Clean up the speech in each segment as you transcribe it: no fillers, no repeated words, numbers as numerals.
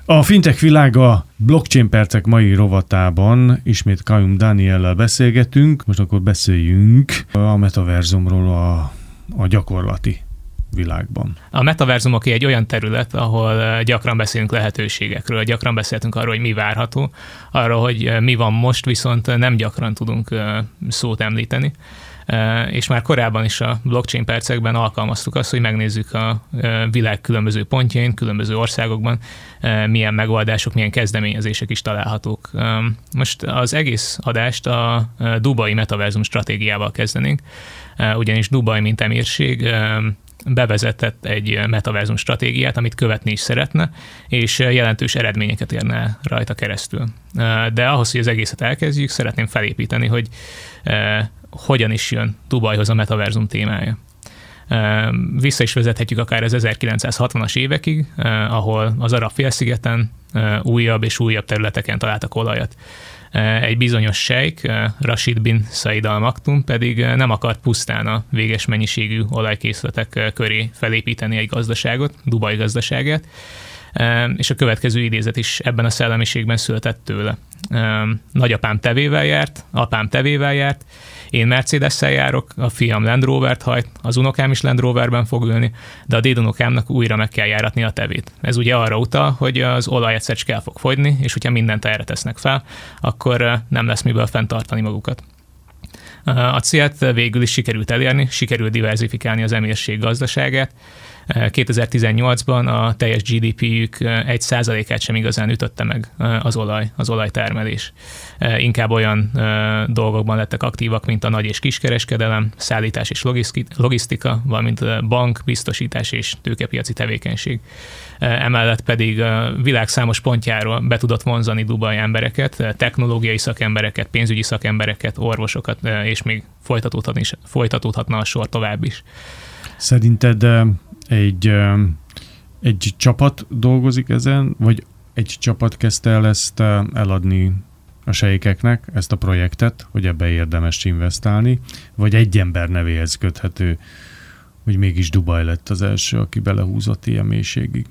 A fintech világa blockchain percek mai rovatában ismét Kajum Dániellel beszélgetünk. Most akkor beszéljünk a metaverzumról a gyakorlati világban. A metaverzum egy olyan terület, ahol gyakran beszélünk lehetőségekről, gyakran beszéltünk arról, hogy mi várható, arról, hogy mi van most, viszont nem gyakran tudunk szót említeni. És már korábban is a blockchain percekben alkalmaztuk azt, hogy megnézzük a világ különböző pontjain, különböző országokban milyen megoldások, milyen kezdeményezések is találhatók. Most az egész adást a dubai metaverzum stratégiával kezdenénk, ugyanis Dubaj, mint emírség, bevezetett egy metaverzum stratégiát, amit követni is szeretne, és jelentős eredményeket érne el rajta keresztül. De ahhoz, hogy az egészet elkezdjük, szeretném felépíteni, hogy hogyan is jön Dubajhoz a metaverzum témája. Vissza is vezethetjük akár az 1960-as évekig, ahol az Arab-félszigeten újabb és újabb területeken találtak olajat. Egy bizonyos sejk, Rashid bin Said Al Maktoum pedig nem akart pusztán a véges mennyiségű olajkészletek köré felépíteni egy gazdaságot, Dubaj gazdaságát, és a következő idézet is ebben a szellemiségben született tőle. Nagyapám tevével járt, apám tevével járt, én Mercedes-szel járok, a fiam Land Rovert hajt, az unokám is Land Roverben fog ülni, de a dédunokámnak újra meg kell járatni a tevét. Ez ugye arra utal, hogy az olaj egyszer csak el fog fogyni, és hogyha mindent erre tesznek fel, akkor nem lesz miből fenntartani magukat. A célt végül is sikerült elérni, sikerült diverzifikálni az emírség gazdaságát. 2018-ban a teljes GDP-jük 1%-át sem igazán ütötte meg az olajtermelés. Inkább olyan dolgokban lettek aktívak, mint a nagy- és kiskereskedelem, szállítás és logisztika, valamint bank, biztosítás és tőkepiaci tevékenység. Emellett pedig a világ számos pontjáról be tudott vonzani Dubaj embereket, technológiai szakembereket, pénzügyi szakembereket, orvosokat, és még folytatódhatna a sor tovább is. Szerinted egy csapat dolgozik ezen, vagy egy csapat kezdte el ezt eladni a sejkeknek, ezt a projektet, hogy ebbe érdemes investálni, vagy egy ember nevéhez köthető, hogy mégis Dubaj lett az első, aki belehúzott ilyen mélységig?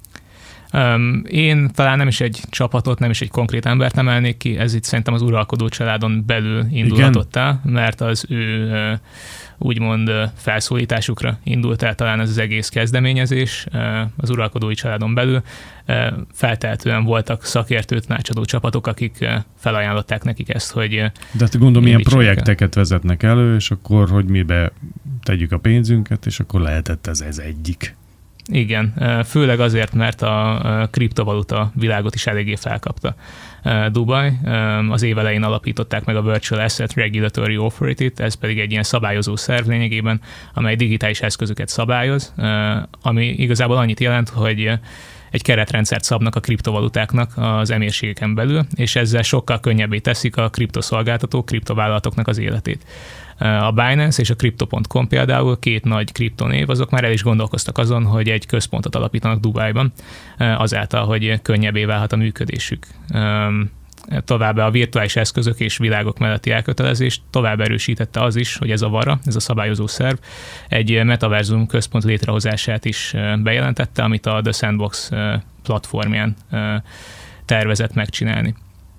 Én talán nem is egy csapatot, nem is egy konkrét embert emelnék ki, ez itt szerintem az uralkodó családon belül indulhatott el, mert az ő úgymond felszólításukra indult el talán ez az egész kezdeményezés az uralkodói családon belül. Feltehetően voltak szakértő tanácsadó csapatok, akik felajánlották nekik ezt, hogy... De hát gondolom, ilyen projekteket vezetnek elő, és akkor, hogy mibe tegyük a pénzünket, és akkor lehetett ez egyik. Igen, főleg azért, mert a kriptovaluta világot is eléggé felkapta. Dubaj, az év elején alapították meg a Virtual Asset Regulatory Authority-t, ez pedig egy ilyen szabályozó szerv lényegében, amely digitális eszközöket szabályoz, ami igazából annyit jelent, hogy egy keretrendszert szabnak a kriptovalutáknak az emírségeken belül, és ezzel sokkal könnyebbé teszik a kriptoszolgáltatók, kriptovállalatoknak az életét. A Binance és a Crypto.com például, két nagy kriptonév, azok már el is gondolkoztak azon, hogy egy központot alapítanak Dubajban, azáltal, hogy könnyebbé válhat a működésük. Továbbá a virtuális eszközök és világok melletti elkötelezést tovább erősítette az is, hogy ez a VARA, ez a szabályozó szerv, egy metaverzum központ létrehozását is bejelentette, amit a The Sandbox platformján tervezett megcsinálni.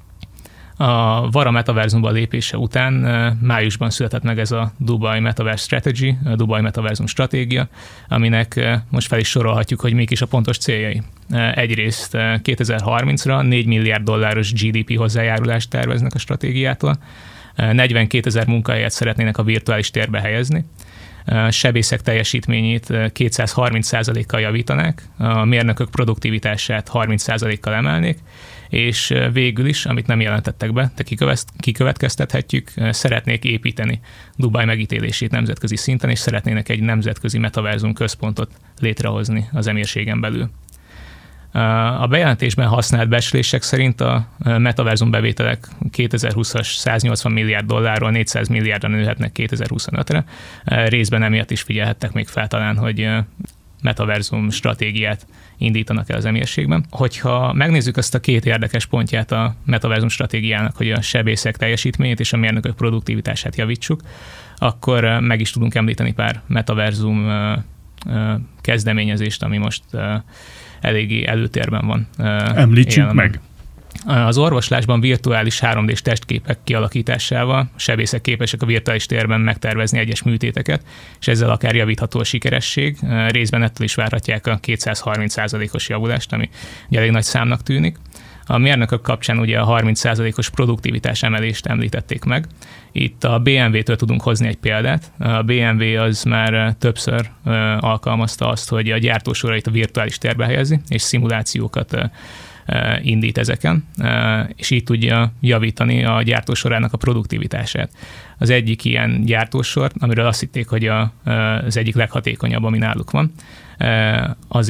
A VARA metaverzumba lépése után májusban született meg ez a Dubai Metaverse Strategy, a Dubai Metaverzum stratégia, aminek most fel is sorolhatjuk, hogy mik is a pontos céljai. Egyrészt 2030-ra 4 milliárd dolláros GDP hozzájárulást terveznek a stratégiától, 42 000 munkahelyet szeretnének a virtuális térbe helyezni, sebészek teljesítményét 230%-kal javítanák, a mérnökök produktivitását 30%-kal emelnék, és végül is, amit nem jelentettek be, de kikövetkeztethetjük, szeretnék építeni Dubaj megítélését nemzetközi szinten, és szeretnének egy nemzetközi metaverzum központot létrehozni az emírségen belül. A bejelentésben használt becslések szerint a metaverzum bevételek 2020-as 180 milliárd dollárról 400 milliárdra nőhetnek 2025-re. Részben emiatt is figyelhettek még fel talán, hogy metaverzum stratégiát indítanak el az emírségben. Hogyha megnézzük azt a két érdekes pontját a metaverzum stratégiának, hogy a sebészek teljesítményét és a mérnökök produktivitását javítsuk, akkor meg is tudunk említeni pár metaverzum kezdeményezést, ami most eléggé előtérben van. Említsük meg! Az orvoslásban virtuális 3D-s testképek kialakításával sebészek képesek a virtuális térben megtervezni egyes műtéteket, és ezzel akár javítható a sikeresség. Részben ettől is várhatják a 230%-os javulást, ami elég nagy számnak tűnik. A mérnökök kapcsán ugye a 30%-os produktivitás emelést említették meg. Itt a BMW-től tudunk hozni egy példát. A BMW az már többször alkalmazta azt, hogy a gyártósorait a virtuális térbe helyezi, és szimulációkat indít ezeken, és így tudja javítani a gyártósorának a produktivitását. Az egyik ilyen gyártósor, amiről azt hitték, hogy az egyik leghatékonyabb, ami náluk van, az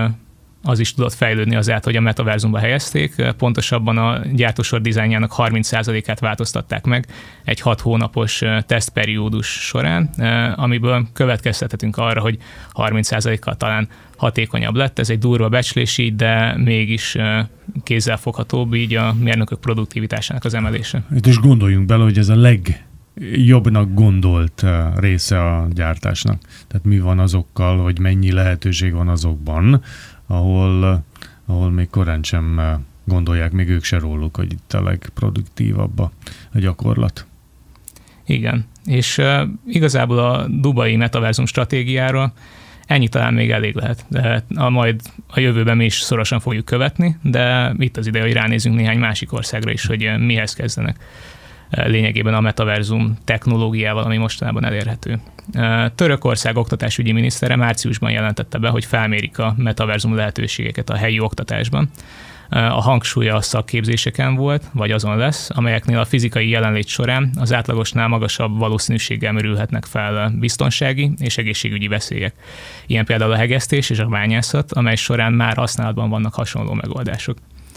is tudott fejlődni azáltal, hogy a metaverzumba helyezték. Pontosabban a gyártósor dizájnjának 30%-át változtatták meg egy 6 hónapos tesztperiódus során, amiből következtethetünk arra, hogy 30%-kal talán hatékonyabb lett. Ez egy durva becslés így, de mégis kézzelfoghatóbb így a mérnökök produktivitásának az emelése. Itt is gondoljunk bele, hogy ez a legjobbnak gondolt része a gyártásnak. Tehát mi van azokkal, hogy mennyi lehetőség van azokban, ahol még korán sem gondolják még ők se róluk, hogy itt a legproduktívabb a gyakorlat. Igen, és igazából a dubai metaverzum stratégiáról ennyi talán még elég lehet. De majd a jövőben mi is szorosan fogjuk követni, de itt az ideje, hogy ránézzünk néhány másik országra is, hogy mihez kezdenek lényegében a metaverzum technológiával, ami mostanában elérhető. Törökország oktatásügyi minisztere márciusban jelentette be, hogy felmérik a metaverzum lehetőségeket a helyi oktatásban. A hangsúlya a szakképzéseken volt, vagy azon lesz, amelyeknél a fizikai jelenlét során az átlagosnál magasabb valószínűséggel merülhetnek fel biztonsági és egészségügyi veszélyek. Ilyen például a hegesztés és a bányászat, amely során már használatban vannak hasonló megoldások.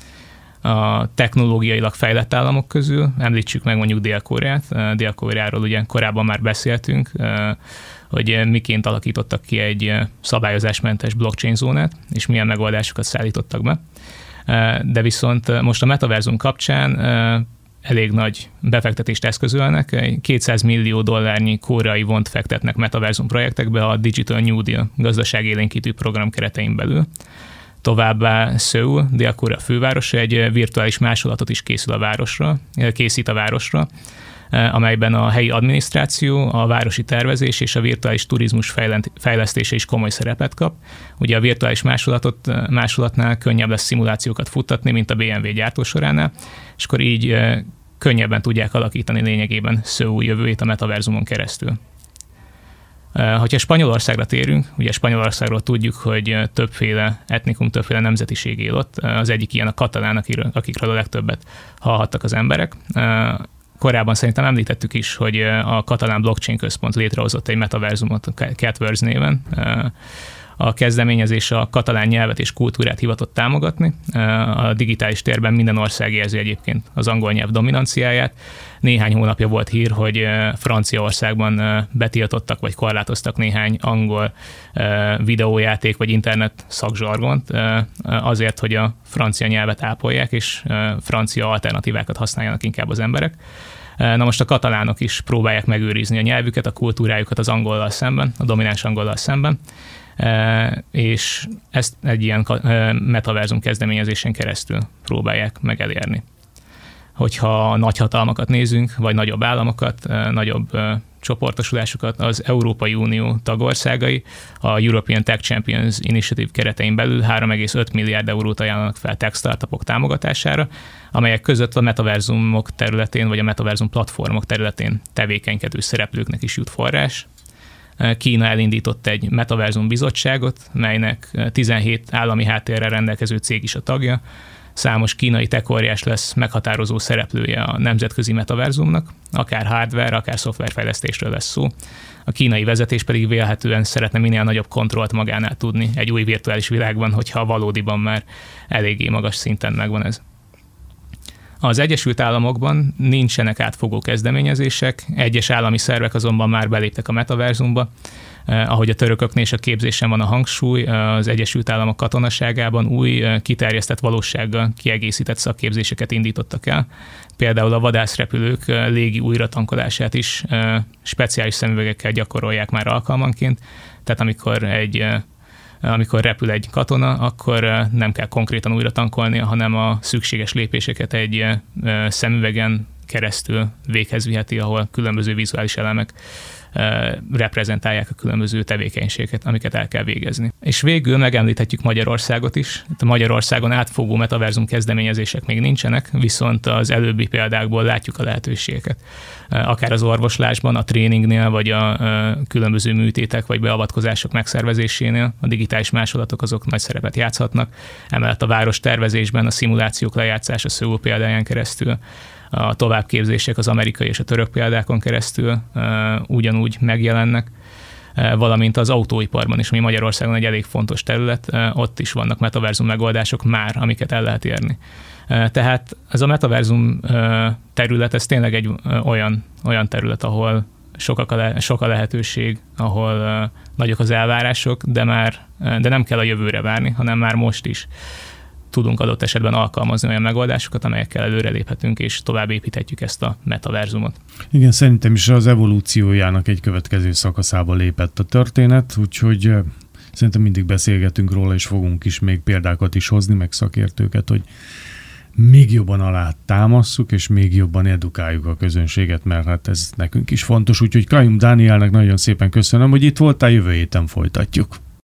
A technológiailag fejlett államok közül említsük meg mondjuk Dél-Koreát. Dél-Koreáról ugye korábban már beszéltünk, hogy miként alakítottak ki egy szabályozásmentes blockchain zónát, és milyen megoldásokat szállítottak be. De viszont most a metaverzum kapcsán elég nagy befektetést eszközölnek, 200 millió dollárnyi koreai vont fektetnek metaverzum projektekbe a Digital New Deal gazdaságélénkítő program keretein belül. Továbbá Szöul, Dél-Korea fővárosa egy virtuális másolatot is készít a városra, amelyben a helyi adminisztráció, a városi tervezés és a virtuális turizmus fejlesztése is komoly szerepet kap. Ugye a virtuális másolatnál könnyebb lesz szimulációkat futtatni, mint a BMW gyártósoránál, és akkor így könnyebben tudják alakítani lényegében Szöul jövőjét a metaverzumon keresztül. Hogyha Spanyolországra térünk, ugye Spanyolországról tudjuk, hogy többféle etnikum, többféle nemzetiség él ott. Az egyik ilyen a katalán, akikről a legtöbbet hallhattak az emberek. Korábban szerintem említettük is, hogy a katalán blockchain központ létrehozott egy metaverzumot Catverse néven. A kezdeményezés a katalán nyelvet és kultúrát hivatott támogatni. A digitális térben minden ország érzi egyébként az angol nyelv dominanciáját. Néhány hónapja volt hír, hogy Franciaországban betiltottak vagy korlátoztak néhány angol videójáték vagy internet szakzsargont azért, hogy a francia nyelvet ápolják, és francia alternatívákat használjanak inkább az emberek. Na most a katalánok is próbálják megőrizni a nyelvüket, a kultúrájukat az angollal szemben, a domináns angollal szemben, és ezt egy ilyen metaverzum kezdeményezésen keresztül próbálják meg elérni. Hogyha nagyhatalmakat nézünk, vagy nagyobb államokat, nagyobb csoportosulásokat, az Európai Unió tagországai a European Tech Champions Initiative keretein belül 3,5 milliárd eurót ajánlanak fel tech startupok támogatására, amelyek között a metaverzumok területén, vagy a metaverzum platformok területén tevékenykedő szereplőknek is jut forrás. Kína elindított egy metaverzum bizottságot, melynek 17 állami háttérrel rendelkező cég is a tagja. Számos kínai tech óriás lesz meghatározó szereplője a nemzetközi metaverzumnak, akár hardware, akár szoftverfejlesztésről lesz szó. A kínai vezetés pedig vélhetően szeretne minél nagyobb kontrollt magánál tudni egy új virtuális világban, hogyha a valódiban már eléggé magas szinten megvan ez. Az Egyesült Államokban nincsenek átfogó kezdeményezések, egyes állami szervek azonban már beléptek a metaverzumba. Ahogy a törököknél is a képzésen van a hangsúly, az Egyesült Államok katonaságában új, kiterjesztett valósággal kiegészített szakképzéseket indítottak el. Például a vadászrepülők légi újratankolását is speciális szemüvegekkel gyakorolják már alkalmanként. Tehát amikor egy amikor repül egy katona, akkor nem kell konkrétan újra tankolnia, hanem a szükséges lépéseket egy szemüvegen keresztül véghez viheti, ahol különböző vizuális elemek reprezentálják a különböző tevékenységeket, amiket el kell végezni. És végül megemlíthetjük Magyarországot is. Itt Magyarországon átfogó metaverzum kezdeményezések még nincsenek, viszont az előbbi példákból látjuk a lehetőségeket. Akár az orvoslásban, a tréningnél, vagy a különböző műtétek vagy beavatkozások megszervezésénél a digitális másolatok azok nagy szerepet játszhatnak. Emellett a város tervezésben a szimulációk lejátszása Szöul példáján keresztül, a továbbképzések az amerikai és a török példákon keresztül ugyanúgy megjelennek, valamint az autóiparban is, ami Magyarországon egy elég fontos terület, ott is vannak metaverzum megoldások már, amiket el lehet érni. Tehát ez a metaverzum terület, ez tényleg egy olyan terület, ahol sok a lehetőség, ahol nagyok az elvárások, de nem kell a jövőre várni, hanem már most is tudunk adott esetben alkalmazni olyan megoldásokat, amelyekkel előreléphetünk, és tovább építhetjük ezt a metaverzumot. Igen, szerintem is az evolúciójának egy következő szakaszába lépett a történet, úgyhogy szerintem mindig beszélgetünk róla, és fogunk is még példákat is hozni, meg szakértőket, hogy még jobban alá támasszuk, és még jobban edukáljuk a közönséget, mert hát ez nekünk is fontos. Úgyhogy Kajum Dánielnek nagyon szépen köszönöm, hogy itt voltál, jövő héten folytatjuk.